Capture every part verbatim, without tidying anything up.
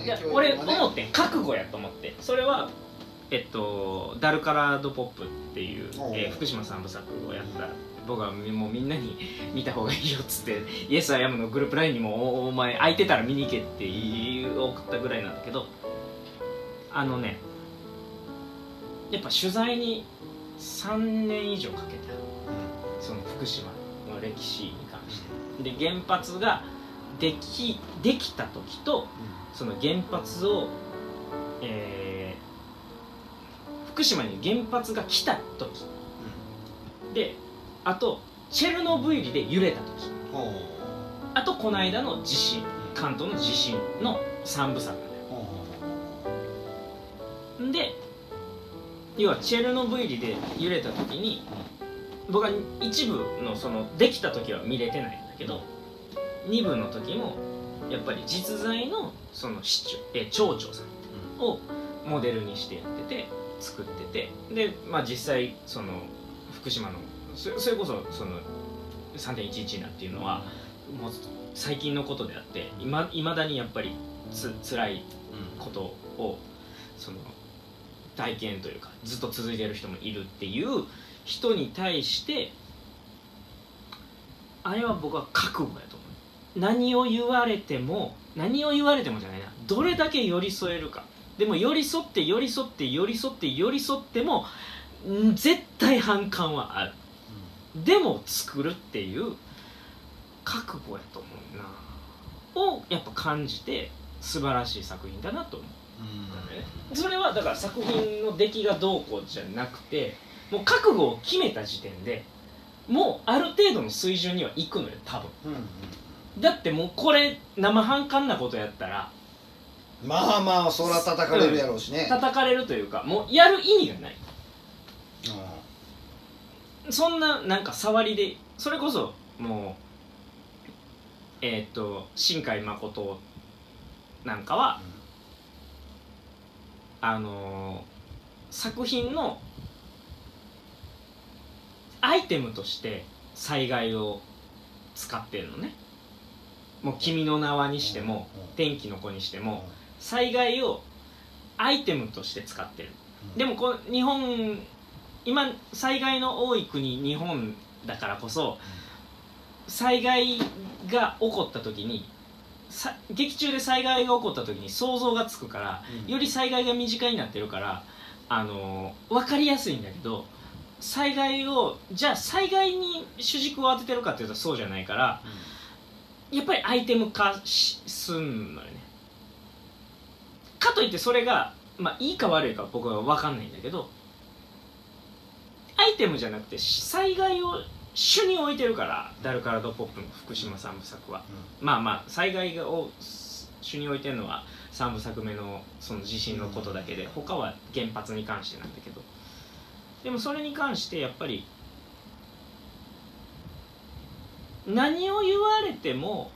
ね。 いや俺思ってん覚悟やと思って。それはえっとダルカラードポップっていう、えー、福島三部作をやった僕はもうみんなに見た方がいいよっつってイエス・アイ・アムのグループラインにもお前空いてたら見に行けって言う送ったぐらいなんだけど、あのねやっぱ取材にさんねん以上かけた、うん、その福島の歴史に関して、で原発ができできた時と、うん、その原発を、えー、福島に原発が来た時、うん、であとチェルノブイリで揺れた時、あとこの間の地震、関東の地震のさんぶさくなんだよ。で要はチェルノブイリで揺れた時に僕は一部のそのできた時は見れてないんだけど、に部の時もやっぱり実在のその市長え町長さんをモデルにしてやってて作ってて、でまあ実際その福島のそれこそその さんてんいちいち なんていうのはもう最近のことであっていまだにやっぱりつ辛いことをその体験というかずっと続いている人もいるっていう人に対してあれは僕は覚悟やと思う。何を言われても何を言われてもじゃないな、どれだけ寄り添えるか。でも寄り添って寄り添って寄り添って寄り添っても絶対反感はある、うん、でも作るっていう覚悟やと思うなをやっぱ感じて素晴らしい作品だなと思う。うん、それはだから作品の出来がどうこうじゃなくてもう覚悟を決めた時点でもうある程度の水準には行くのよ多分、うんうん、だってもうこれ生半可なことやったらまあまあそら叩かれるやろうしね、 うん、叩かれるというかもうやる意味がない、うん、そんななんか触りでそれこそもうえっ、ー、と新海誠なんかは、うんあのー、作品のアイテムとして災害を使ってるのね。もう君の名はにしても、うんうん、天気の子にしても、うん、災害をアイテムとして使ってる、うん、でもこ日本今災害の多い国日本だからこそ、うん、災害が起こった時に劇中で災害が起こった時に想像がつくから、うん、より災害が身近になってるから、あのー、分かりやすいんだけど災害をじゃあ災害に主軸を当ててるかっていうとそうじゃないから、うん、やっぱりアイテム化すんのよね。かといってそれが、まあ、いいか悪いか僕は分かんないんだけどアイテムじゃなくて災害を主に置いてるからダルカラドポップの福島さんぶ作は、うん、まあまあ災害を主に置いてるのはさんぶ作目のその地震のことだけで、うん、他は原発に関してなんだけどでもそれに関してやっぱり何を言われても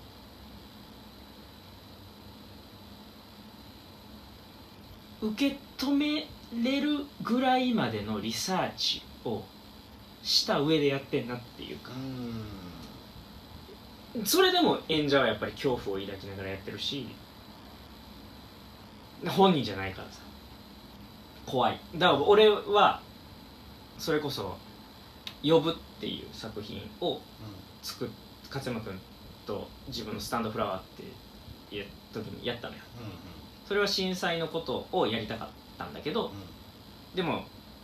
受け止めれるぐらいまでのリサーチをした上でやってんなっていうか、うんそれでも演者はやっぱり恐怖を抱きながらやってるし本人じゃないからさ怖い。だから俺はそれこそ「呼ぶ」っていう作品を作っ勝山君と自分のスタンドフラワーっていう時にやったのよ、うんうん、それは震災のことをやりたかったんだけど、うん、でも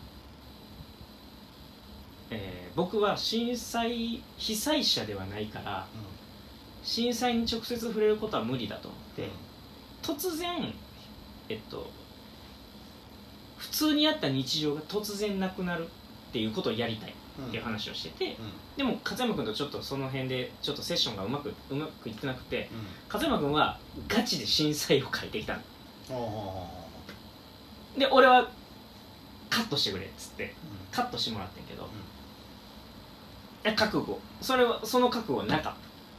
えー、僕は震災被災者ではないから、うん、震災に直接触れることは無理だと思って、うん、突然えっと普通にあった日常が突然なくなるっていうことをやりたいっていう話をしてて、うん、でも勝山君とちょっとその辺でちょっとセッションがうまくうまくいってなくて、うん、勝山君はガチで震災を書いてきたの、うん、で俺はカットしてくれっつって、うん、カットしてもらってんけど、うん、覚悟それはその覚悟はなかった、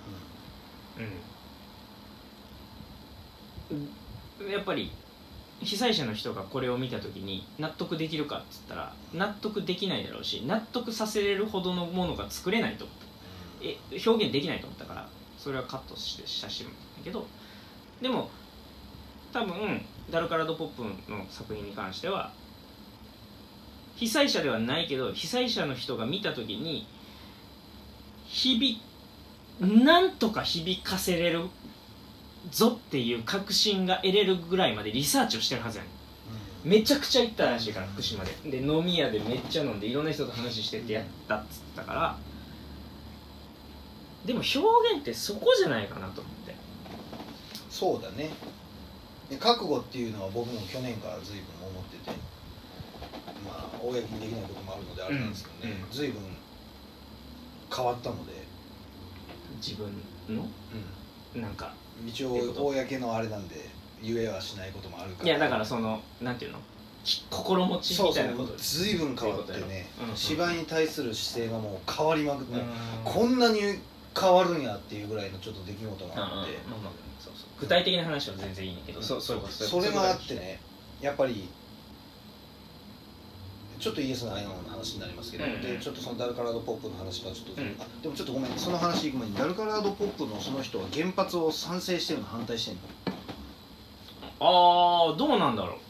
うんうん、やっぱり被災者の人がこれを見た時に納得できるかっつったら納得できないだろうし納得させれるほどのものが作れないと思った、え表現できないと思ったからそれはカットして写真だけどでも多分ダルカラド・ポップの作品に関しては被災者ではないけど被災者の人が見た時に響なんとか響かせれるぞっていう確信が得れるぐらいまでリサーチをしてるはずやねん。めちゃくちゃ行ったらしいから福島でで飲み屋でめっちゃ飲んでいろんな人と話してってやったっつったから、でも表現ってそこじゃないかなと思って。 そうだね。で覚悟っていうのは僕も去年から随分思ってて、まあ公にできないこともあるのであれなんですけどね、 うん、 随分変わったので自分の、うん、なんか一応公のあれなんで言えはしないこともあるから。 いやだからそのなんていうの心持ちみたいなことそうそう随分変わってね、 うんうん、 芝居に対する姿勢がもう変わりまくって、 うん、 こんなに変わるんやっていうぐらいのちょっと出来事があって、 具体的な話は全然いいんだけど、うん、そ, そういうことそれもあってね、やっぱりちょっとイエスのアイアンの話になりますけど、うん、でちょっとそのダルカラードポップの話からちょっと、うん、あでもちょっとごめん、その話行く前にダルカラードポップのその人は原発を賛成してるの反対してるの？ ああ、どうなんだろう。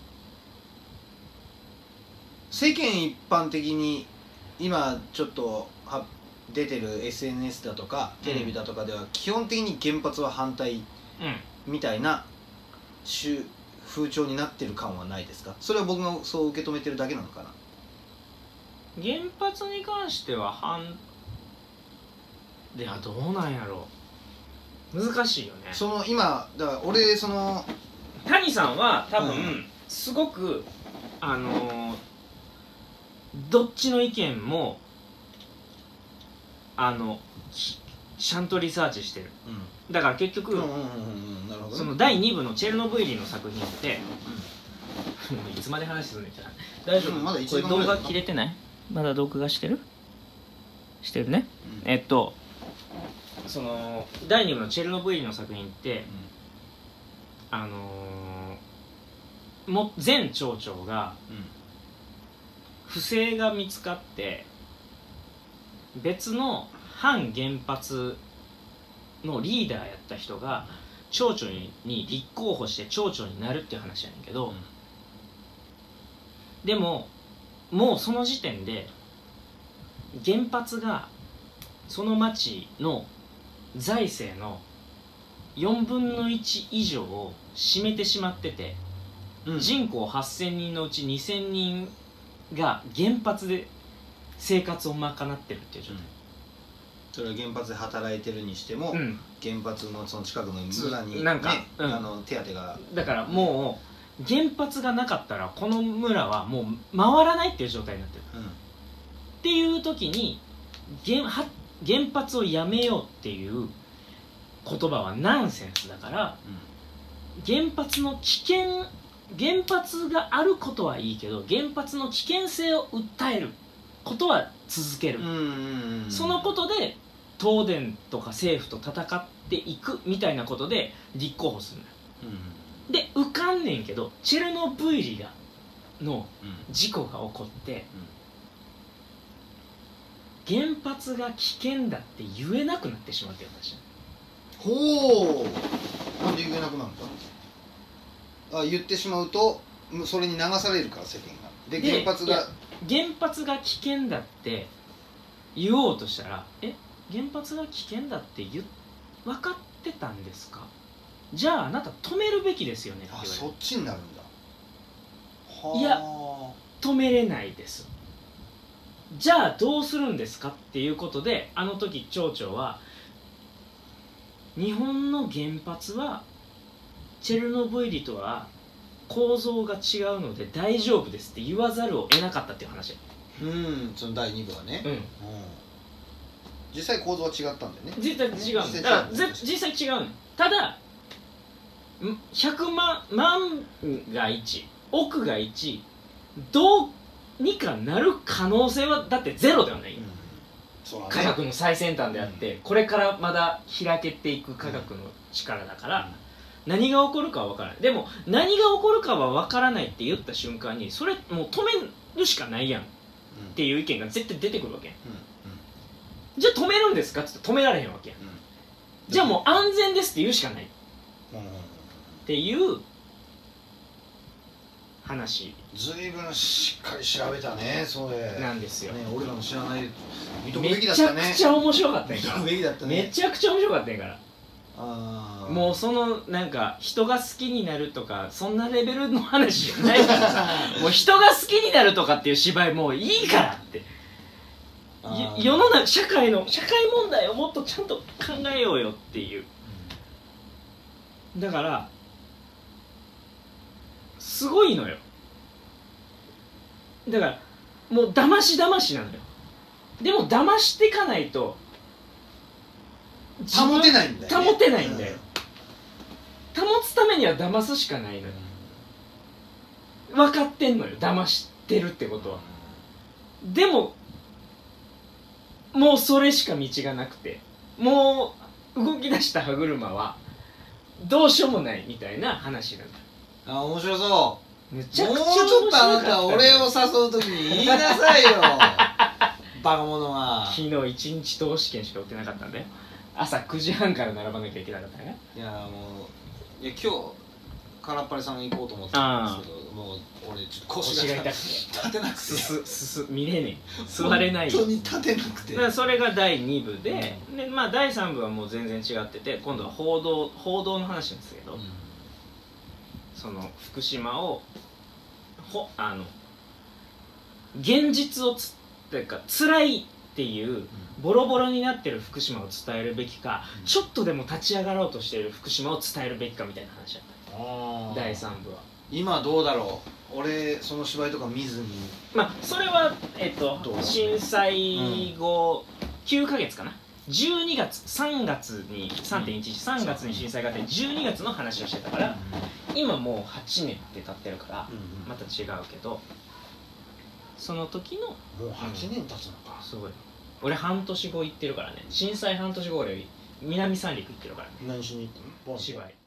世間一般的に今ちょっとは出てる エスエヌエス だとかテレビだとかでは基本的に原発は反対みたいな風潮になってる感はないですか？それは僕がそう受け止めてるだけなのかな。 原発に関しては反いやどうなんやろう、難しいよね。その今だから俺その谷さんは多分、うん、すごくあのー、どっちの意見もあのちゃんとリサーチしてる、うん、だから結局そのだいに部のチェルノブイリの作品って、うん、いつまで話するんじゃない大丈夫、うん、まだ一これ動画切れてない？まだ録画してる？してるね、うん、えっとそのだいに部のチェルノブイリの作品って、うん、あのー、も前町長が不正が見つかって別の反原発のリーダーやった人が町長に立候補して町長になるっていう話やねんけど、うん、でももうその時点で原発がその町の財政のよんぶんのいち以上を占めてしまってて、うん、人口はっせんにんのうちにせんにんが原発で生活を賄ってるっていう状態、うん、 それは原発で働いてるにしても、うん、原発のその近くの村に、ね、 なんか、うん、 あの手当がだからもう原発がなかったらこの村はもう回らないっていう状態になってる、うん、っていう時に 原, は原発をやめようっていう言葉はナンセンスだから、うん、原発の危険原発があることはいいけど原発の危険性を訴えることは続ける、うんうんうん、そのことで東電とか政府と戦っていくみたいなことで立候補するのよ、うん、で受かんねんけどチェルノブイリがの事故が起こって、うん、原発が危険だって言えなくなってしまうっていう話。 ほう、なんで言えなくなるんだ。あ、言ってしまうとそれに流されるから世間が。で原発が原発が危険だって言おうとしたら、え原発が危険だって言分かってたんですか、じゃああなた止めるべきですよねって言われる。 あ、そっちになるんだ。 いや止めれないです。じゃあどうするんですかっていうことであの時町長は日本の原発はチェルノブイリとは構造が違うので大丈夫ですって言わざるを得なかったっていう話。 うん、そのだいに部はね、うん、うん、実際構造は違ったんだよね。 実際違う、だから実際違うの。ただひゃくまん万がいち億がいちどうにかなる可能性はだってゼロではない、うん、そうだね、科学の最先端であって、うん、これからまだ開けていく科学の力だから、うん、何が起こるかは分からない。でも何が起こるかは分からないって言った瞬間にそれもう止めるしかないやんっていう意見が絶対出てくるわけやん、うんうん、じゃあ止めるんですかって言ったら止められへんわけやん、うん、じゃあもう安全ですって言うしかない、うん、っていう話ずいぶんしっかり調べたねそれなんですよ、 ね、俺らも知らない見とくめべきだったねちゃくちゃ面白かったんやから見とくべきだったねめちゃくちゃ面白かったんやからあもうそのなんか人が好きになるとかそんなレベルの話じゃないからさもう人が好きになるとかっていう芝居もういいからって世の中社会の社会問題をもっとちゃんと考えようよっていう、うん、だからすごいのよだからもうだましだましなんだよでも騙していかないと保てないんだよ、ね、 保てないんだよ、うん、保つためには騙すしかないのよ分かってんのよ騙してるってことはでももうそれしか道がなくてもう動き出した歯車はどうしようもないみたいな話なんだあ面白そうめちゃくちゃもうちょっとあなた俺を誘う時に言いなさいよバカ者は昨日一日投資券しか売ってなかったんだよ朝くじはんから並ばなきゃいけなかったねいやもういや今日空っぱりさん行こうと思ってたんですけどもう俺ちょっと腰が痛くて立てなくてすすすす見れねえ座れないよ本当に立てなくてだからそれがだいにぶで、うん、でまあだいさんぶはもう全然違ってて今度は報道報道の話なんですけど、うん、その福島をほあの現実をつっていうか辛いっていうボロボロになってる福島を伝えるべきか、うん、ちょっとでも立ち上がろうとしている福島を伝えるべきかみたいな話だっただいさんぶは今どうだろう俺その芝居とか見ずにまあそれはえっと震災後きゅうかげつかなじゅうにがつさんがつに さんてんいちいちさんがつに震災があってじゅうにがつの話をしてたから、うん、今もうはちねんって経ってるから、うん、また違うけどその時のもうはちねん経つのか、 うん、すごい俺半年後行ってるからね震災半年後俺南三陸行ってるからね何しに行ったの芝居